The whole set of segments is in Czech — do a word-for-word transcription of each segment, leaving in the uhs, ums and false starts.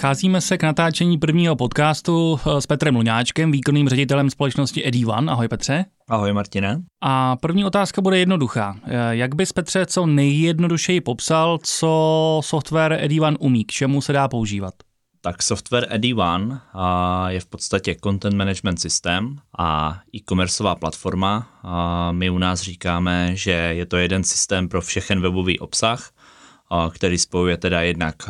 Scházíme se k natáčení prvního podcastu s Petrem Luňáčkem, výkonným ředitelem společnosti EdOne. Ahoj Petře. Ahoj Martine. A první otázka bude jednoduchá. Jak bys, Petře, co nejjednodušeji popsal, co software EdOne umí, k čemu se dá používat? Tak software EdOne je v podstatě content management systém a e-commerceová platforma. My u nás říkáme, že je to jeden systém pro všechen webový obsah, který spojuje teda jednak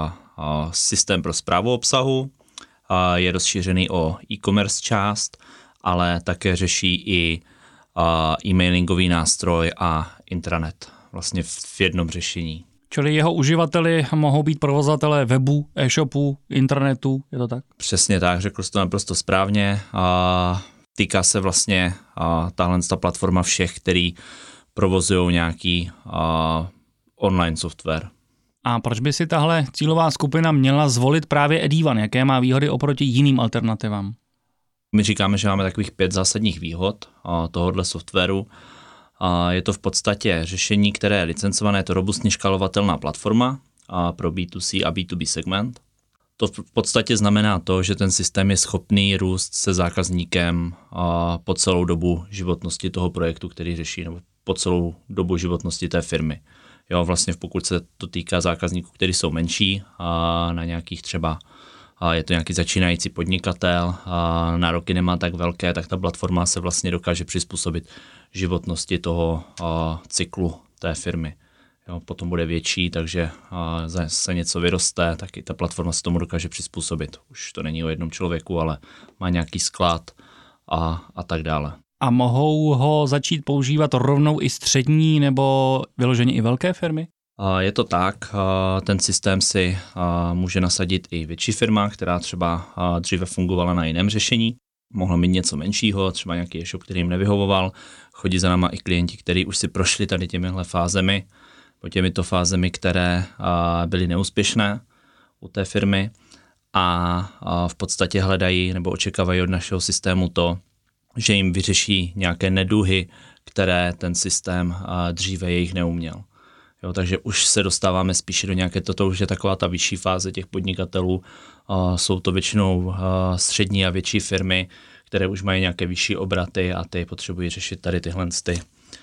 systém pro správu obsahu, je rozšířený o e-commerce část, ale také řeší i e-mailingový nástroj a intranet vlastně v jednom řešení. Čili jeho uživateli mohou být provozatelé webu, e-shopu, intranetu, je to tak? Přesně tak, řekl jsi to naprosto správně. Týká se vlastně tahle platforma všech, který provozují nějaký online software. A proč by si tahle cílová skupina měla zvolit právě EdOne? Jaké má výhody oproti jiným alternativám? My říkáme, že máme takových pět zásadních výhod tohohle softwaru. Je to v podstatě řešení, které je licencované, je to robustně škálovatelná platforma pro bé dvě cé a bé dvě bé segment. To v podstatě znamená to, že ten systém je schopný růst se zákazníkem po celou dobu životnosti toho projektu, který řeší, nebo po celou dobu životnosti té firmy. Jo, vlastně pokud se to týká zákazníků, kteří jsou menší, a na nějakých třeba, a je to nějaký začínající podnikatel, a nároky nemá tak velké, tak ta platforma se vlastně dokáže přizpůsobit životnosti toho a, cyklu té firmy. Jo, potom bude větší, takže a, se něco vyroste, tak i ta platforma se tomu dokáže přizpůsobit. Už to není o jednom člověku, ale má nějaký sklad a, a tak dále. A mohou ho začít používat rovnou i střední nebo vyloženě i velké firmy? Je to tak, ten systém si může nasadit i větší firma, která třeba dříve fungovala na jiném řešení. Mohla mít něco menšího, třeba nějaký e-shop, který jim nevyhovoval. Chodí za náma i klienti, kteří už si prošli tady těmihle fázemi, po těmito fázemi, které byly neúspěšné u té firmy a v podstatě hledají nebo očekávají od našeho systému to, že jim vyřeší nějaké neduhy, které ten systém dříve jejich neuměl. Jo, takže už se dostáváme spíše do nějaké, toto už je taková ta vyšší fáze těch podnikatelů. Jsou to většinou střední a větší firmy, které už mají nějaké vyšší obraty a ty potřebují řešit tady tyhle ty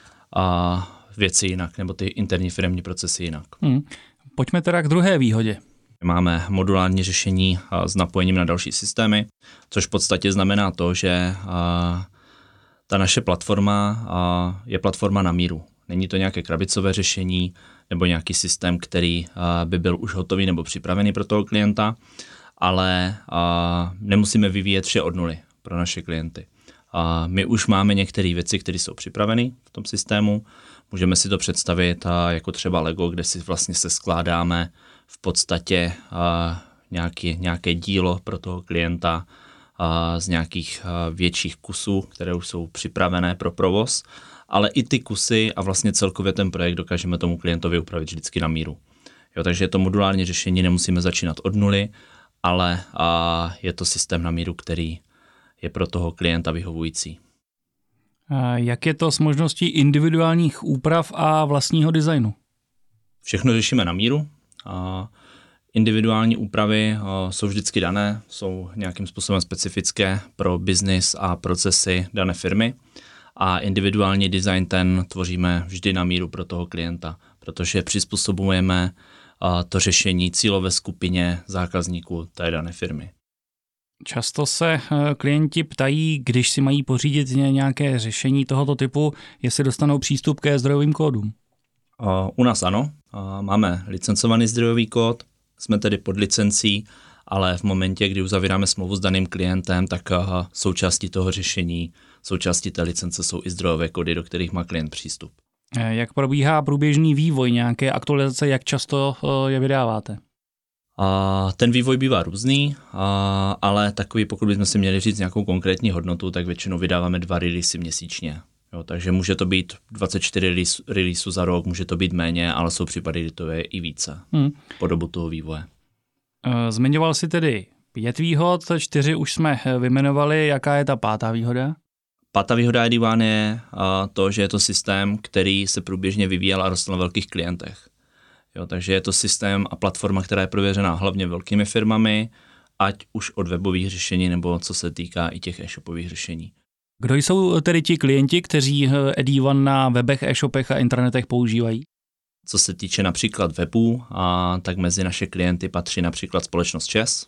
věci jinak, nebo ty interní firemní procesy jinak. Hmm. Pojďme teda k druhé výhodě. Máme modulární řešení s napojením na další systémy, což v podstatě znamená to, že ta naše platforma je platforma na míru. Není to nějaké krabicové řešení nebo nějaký systém, který by byl už hotový nebo připravený pro toho klienta, ale nemusíme vyvíjet vše od nuly pro naše klienty. My už máme některé věci, které jsou připraveny v tom systému. Můžeme si to představit jako třeba Lego, kde si vlastně se skládáme v podstatě nějaký, nějaké dílo pro toho klienta z nějakých větších kusů, které už jsou připravené pro provoz, ale i ty kusy a vlastně celkově ten projekt dokážeme tomu klientovi upravit vždycky na míru. Jo, takže je to modulární řešení, nemusíme začínat od nuly, ale a je to systém na míru, který je pro toho klienta vyhovující. A jak je to s možností individuálních úprav a vlastního designu? Všechno řešíme na míru. A individuální úpravy jsou vždycky dané, jsou nějakým způsobem specifické pro biznis a procesy dané firmy. A individuální design ten tvoříme vždy na míru pro toho klienta, protože přizpůsobujeme to řešení cílové skupině zákazníků té dané firmy. Často se klienti ptají, když si mají pořídit nějaké řešení tohoto typu, jestli dostanou přístup ke zdrojovým kódům. U nás ano, máme licencovaný zdrojový kód, jsme tedy pod licencí, ale v momentě, kdy uzavíráme smlouvu s daným klientem, tak součástí toho řešení, součástí té licence jsou i zdrojové kódy, do kterých má klient přístup. Jak probíhá průběžný vývoj, nějaké aktualizace, jak často je vydáváte? Ten vývoj bývá různý, ale takový, pokud bychom si měli říct nějakou konkrétní hodnotu, tak většinou vydáváme dva releasy měsíčně. Jo, takže může to být dvacet čtyři releaseů za rok, může to být méně, ale jsou případy, kdy to je i více hmm. po dobu toho vývoje. Zmiňoval jsi tedy pět výhod, čtyři už jsme vyjmenovali. Jaká je ta pátá výhoda? Pátá výhoda EdOne je to, že je to systém, který se průběžně vyvíjel a rostl na velkých klientech. Jo, takže je to systém a platforma, která je prověřená hlavně velkými firmami, ať už od webových řešení, nebo co se týká i těch e-shopových řešení. Kdo jsou tedy ti klienti, kteří EdOne na webech, e-shopech a intranetech používají? Co se týče například webů, a tak mezi naše klienty patří například společnost ČES,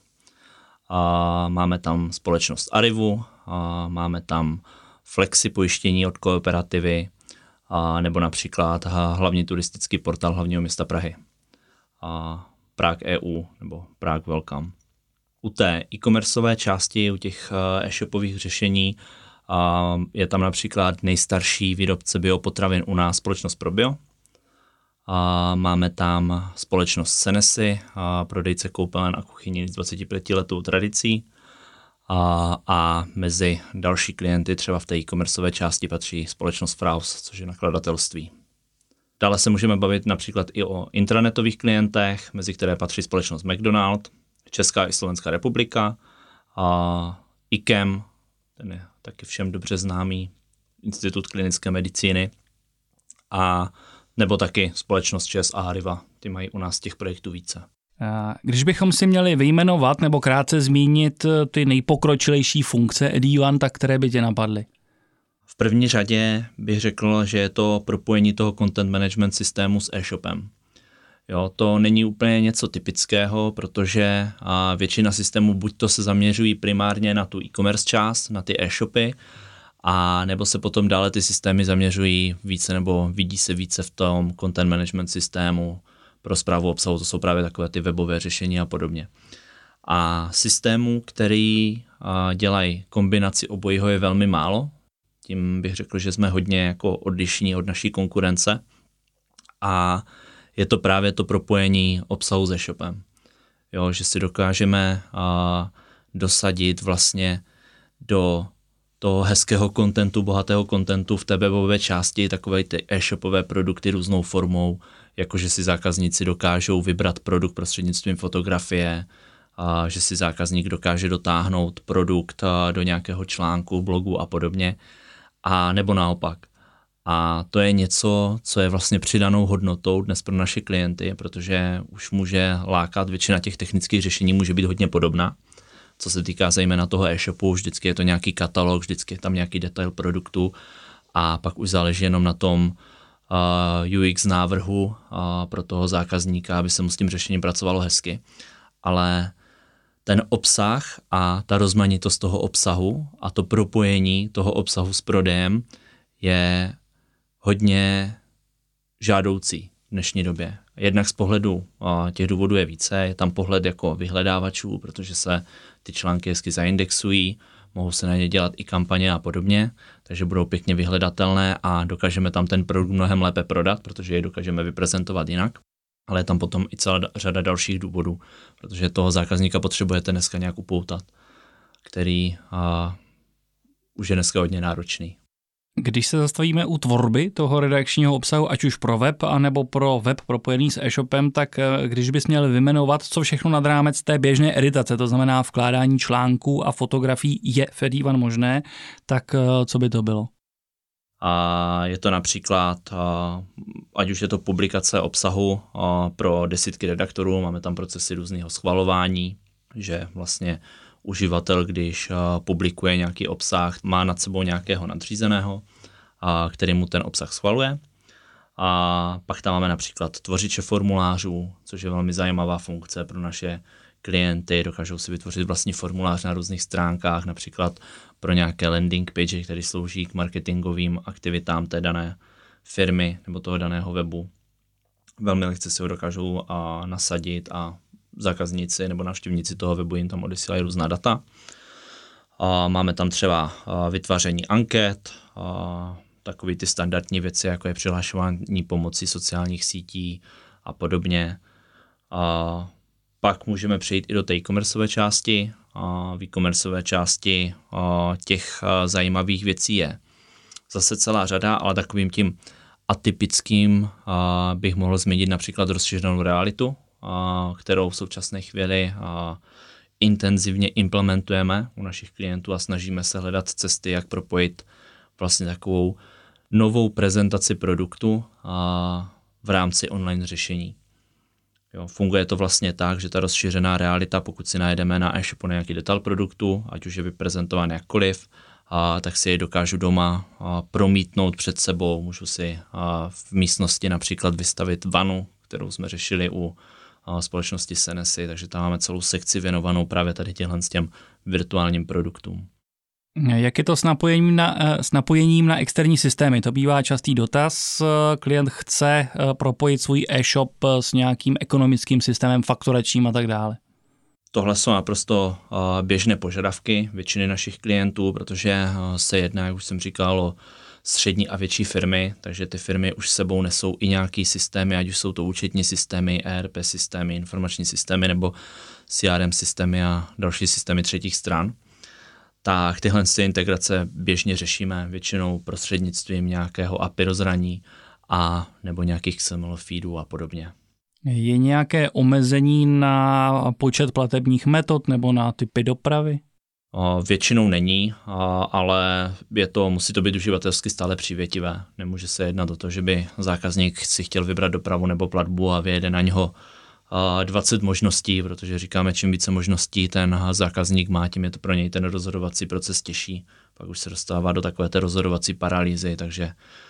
a máme tam společnost Arrivu, a máme tam Flexi pojištění od Kooperativy, a nebo například hlavní turistický portál hlavního města Prahy, a Prague E U nebo Prague Welcome. U té e-commerceové části, u těch e-shopových řešení, a je tam například nejstarší výrobce biopotravin u nás, společnost Probio. A máme tam společnost Senesi, a prodejce koupelen a kuchyní s dvacetipětiletou tradicí. A, a mezi další klienty třeba v té e-commerceové části patří společnost Fraus, což je nakladatelství. Dále se můžeme bavit například i o intranetových klientech, mezi které patří společnost McDonald, Česká i Slovenská republika, a I K E M, ten je taky všem dobře známý, Institut klinické medicíny, a nebo taky společnost ČES a Arriva, ty mají u nás těch projektů více. Když bychom si měli vyjmenovat nebo krátce zmínit ty nejpokročilejší funkce EdOne, tak které by tě napadly? V první řadě bych řekl, že je to propojení toho content management systému s e-shopem. Jo, to není úplně něco typického, protože a většina systémů buď to se zaměřují primárně na tu e-commerce část, na ty e-shopy, a nebo se potom dále ty systémy zaměřují více nebo vidí se více v tom content management systému pro správu obsahu, to jsou právě takové ty webové řešení a podobně. A systémů, který a, dělají kombinaci obojího, je velmi málo. Tím bych řekl, že jsme hodně jako odlišní od naší konkurence. A je to právě to propojení obsahu se shopem. Jo, že si dokážeme a, dosadit vlastně do toho hezkého kontentu, bohatého kontentu v té webové části takové ty e-shopové produkty různou formou, jakože si zákazníci dokážou vybrat produkt prostřednictvím fotografie, a že si zákazník dokáže dotáhnout produkt do nějakého článku, blogu a podobně, a nebo naopak. A to je něco, co je vlastně přidanou hodnotou dnes pro naše klienty, protože už může lákat, většina těch technických řešení může být hodně podobná. Co se týká zejména toho e-shopu, vždycky je to nějaký katalog, vždycky je tam nějaký detail produktu a pak už záleží jenom na tom uh, U X návrhu uh, pro toho zákazníka, aby se mu s tím řešením pracovalo hezky. Ale ten obsah a ta rozmanitost toho obsahu a to propojení toho obsahu s prodejem je hodně žádoucí v dnešní době. Jednak z pohledu a těch důvodů je více, je tam pohled jako vyhledávačů, protože se ty články hezky zaindexují, mohou se na ně dělat i kampaně a podobně, takže budou pěkně vyhledatelné a dokážeme tam ten produkt mnohem lépe prodat, protože je dokážeme vyprezentovat jinak. Ale je tam potom i celá řada dalších důvodů, protože toho zákazníka potřebujete dneska nějak upoutat, který a, už je dneska hodně náročný. Když se zastavíme u tvorby toho redakčního obsahu, ať už pro web, anebo pro web propojený s e-shopem, tak když bys měl vyjmenovat, co všechno nad rámec té běžné editace, to znamená vkládání článků a fotografií je v EdOne možné, tak co by to bylo? A je to například, ať už je to publikace obsahu pro desítky redaktorů, máme tam procesy různého schvalování, že vlastně uživatel, když publikuje nějaký obsah, má nad sebou nějakého nadřízeného, který mu ten obsah schvaluje. A pak tam máme například tvořiče formulářů, což je velmi zajímavá funkce pro naše klienty. Dokážou si vytvořit vlastní formulář na různých stránkách, například pro nějaké landing page, které slouží k marketingovým aktivitám té dané firmy nebo toho daného webu. Velmi lehce si ho dokážou a, nasadit a zákazníci nebo návštěvníci toho webu jim tam odesílají různá data. A máme tam třeba vytváření anket, a takové ty standardní věci, jako je přihlašování pomocí sociálních sítí a podobně. A pak můžeme přejít i do té e-commerceové části. A v e-commerceové části těch zajímavých věcí je zase celá řada, ale takovým tím atypickým bych mohl zmínit například rozšířenou realitu, kterou v současné chvíli intenzivně implementujeme u našich klientů a snažíme se hledat cesty, jak propojit vlastně takovou novou prezentaci produktu v rámci online řešení. Jo, funguje to vlastně tak, že ta rozšířená realita, pokud si najdeme na e-shopu nějaký detail produktu, ať už je vyprezentován jakkoliv, a tak si jej dokážu doma a promítnout před sebou. Můžu si a v místnosti například vystavit vanu, kterou jsme řešili u a společnosti Senesy, takže tam máme celou sekci věnovanou právě tady těmhle s těm virtuálním produktům. Jak je to s napojením na, s napojením na externí systémy? To bývá častý dotaz. Klient chce propojit svůj e-shop s nějakým ekonomickým systémem, fakturačním a tak dále. Tohle jsou naprosto běžné požadavky většiny našich klientů, protože se jedná, jak už jsem říkal, o střední a větší firmy, takže ty firmy už s sebou nesou i nějaký systémy, ať už jsou to účetní systémy, E R P systémy, informační systémy nebo C R M systémy a další systémy třetích stran. Tak tyhle integrace běžně řešíme většinou prostřednictvím nějakého A P I rozhraní a nebo nějakých X M L feedů a podobně. Je nějaké omezení na počet platebních metod nebo na typy dopravy? Většinou není, ale je to, musí to být uživatelsky stále přívětivé. Nemůže se jednat o to, že by zákazník si chtěl vybrat dopravu nebo platbu a vyjede na něho dvacet možností, protože říkáme, čím více možností ten zákazník má, tím je to pro něj ten rozhodovací proces těžší. Pak už se dostává do takové té rozhodovací paralýzy, takže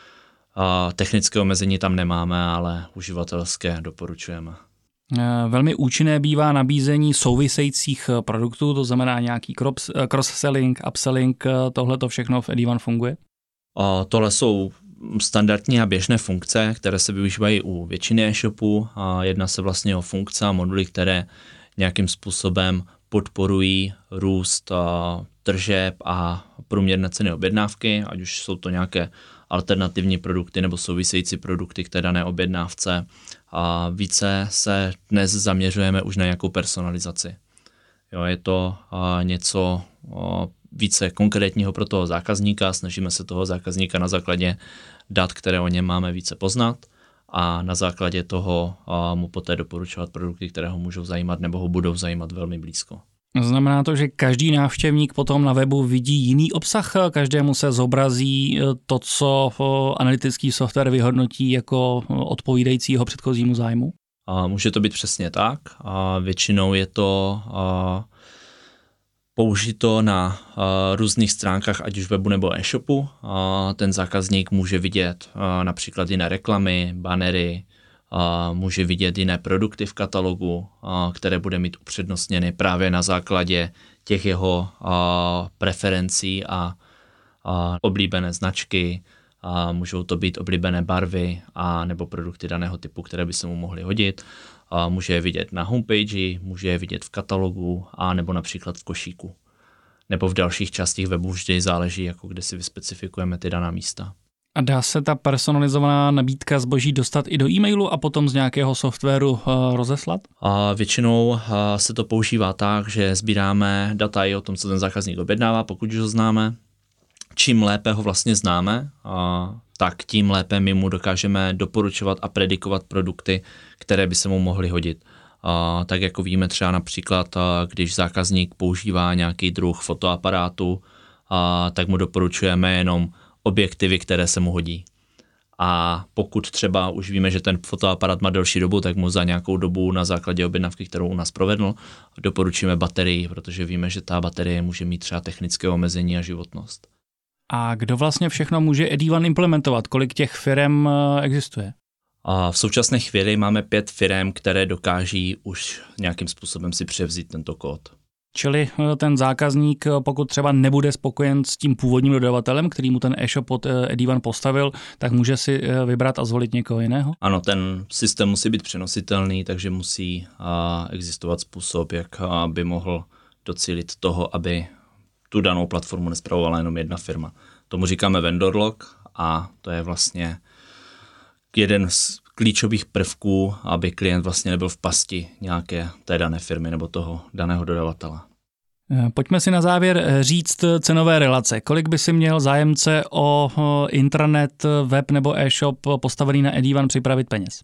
technické omezení tam nemáme, ale uživatelské doporučujeme. Velmi účinné bývá nabízení souvisejících produktů, to znamená nějaký cross-selling, upselling, tohle to všechno v Edivan funguje? Tohle jsou standardní a běžné funkce, které se využívají u většiny e-shopů. Jedná se vlastně o funkce a moduly, které nějakým způsobem podporují růst tržeb a průměrné ceny objednávky, ať už jsou to nějaké alternativní produkty nebo související produkty k té dané objednávce. A více se dnes zaměřujeme už na nějakou personalizaci. Jo, je to a, něco a, více konkrétního pro toho zákazníka, snažíme se toho zákazníka na základě dat, které o něm máme, více poznat a na základě toho a, mu poté doporučovat produkty, které ho můžou zajímat nebo ho budou zajímat velmi blízko. Znamená to, že každý návštěvník potom na webu vidí jiný obsah, každému se zobrazí to, co analytický software vyhodnotí jako odpovídajícího předchozímu zájmu? A může to být přesně tak. A většinou je to a, použito na a, různých stránkách, ať už webu nebo e-shopu. A ten zákazník může vidět a, například jiné reklamy, bannery, a může vidět jiné produkty v katalogu, a, které bude mít upřednostněny právě na základě těch jeho a, preferencí a, a oblíbené značky. A můžou to být oblíbené barvy a nebo produkty daného typu, které by se mu mohly hodit. A může je vidět na homepage, může je vidět v katalogu a nebo například v košíku. Nebo v dalších částích webu, vždy záleží, jako kde si vyspecifikujeme ty daná místa. A dá se ta personalizovaná nabídka zboží dostat i do e-mailu a potom z nějakého softwaru uh, rozeslat? A většinou uh, se to používá tak, že sbíráme data i o tom, co ten zákazník objednává, pokud už ho známe. Čím lépe ho vlastně známe, uh, tak tím lépe my mu dokážeme doporučovat a predikovat produkty, které by se mu mohly hodit. Uh, tak jako víme třeba například, uh, když zákazník používá nějaký druh fotoaparátu, uh, tak mu doporučujeme jenom objektivy, které se mu hodí. A pokud třeba už víme, že ten fotoaparát má delší dobu, tak mu za nějakou dobu na základě objednávky, kterou u nás provedl, doporučíme baterii, protože víme, že ta baterie může mít třeba technické omezení a životnost. A kdo vlastně všechno může Edivan implementovat? Kolik těch firem existuje? A v současné chvíli máme pět firem, které dokáží už nějakým způsobem si převzít tento kód. Čili ten zákazník, pokud třeba nebude spokojen s tím původním dodavatelem, který mu ten e-shop od Edivan postavil, tak může si vybrat a zvolit někoho jiného? Ano, ten systém musí být přenositelný, takže musí existovat způsob, jak by mohl docílit toho, aby tu danou platformu nespravovala jenom jedna firma. Tomu říkáme vendor lock a to je vlastně jeden z klíčových prvků, aby klient vlastně nebyl v pasti nějaké té dané firmy nebo toho daného dodavatele. Pojďme si na závěr říct cenové relace. Kolik by si měl zájemce o intranet, web nebo e-shop postavený na Edivan připravit peněz?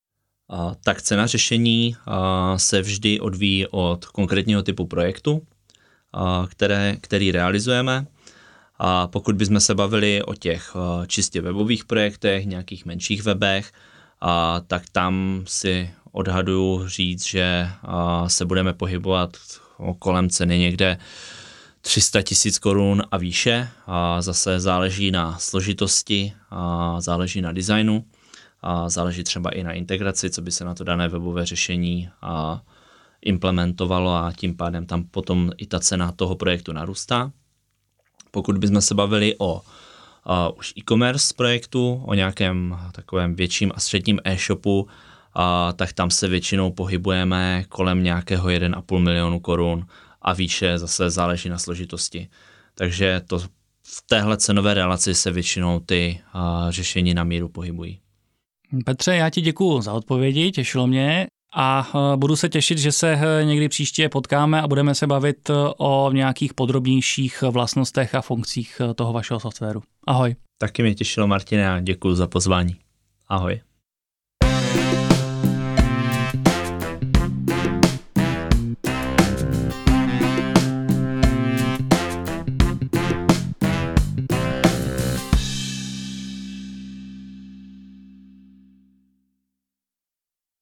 A, tak cena řešení a, se vždy odvíjí od konkrétního typu projektu, a, které, který realizujeme. A pokud bychom se bavili o těch čistě webových projektech, nějakých menších webech, a, tak tam si odhaduju říct, že a, se budeme pohybovat kolem ceny někde tři sta tisíc korun a výše. A zase záleží na složitosti, a záleží na designu, a záleží třeba i na integraci, co by se na to dané webové řešení a implementovalo a tím pádem tam potom i ta cena toho projektu narůstá. Pokud bychom se bavili o uh, už e-commerce projektu, o nějakém takovém větším a středním e-shopu, uh, tak tam se většinou pohybujeme kolem nějakého jeden a půl milionu korun a výše zase záleží na složitosti. Takže to v téhle cenové relaci se většinou ty uh, řešení na míru pohybují. Petře, já ti děkuju za odpovědi, těšilo mě a budu se těšit, že se někdy příště potkáme a budeme se bavit o nějakých podrobnějších vlastnostech a funkcích toho vašeho softwaru. Ahoj. Taky mě těšilo, Martine, a děkuju za pozvání. Ahoj.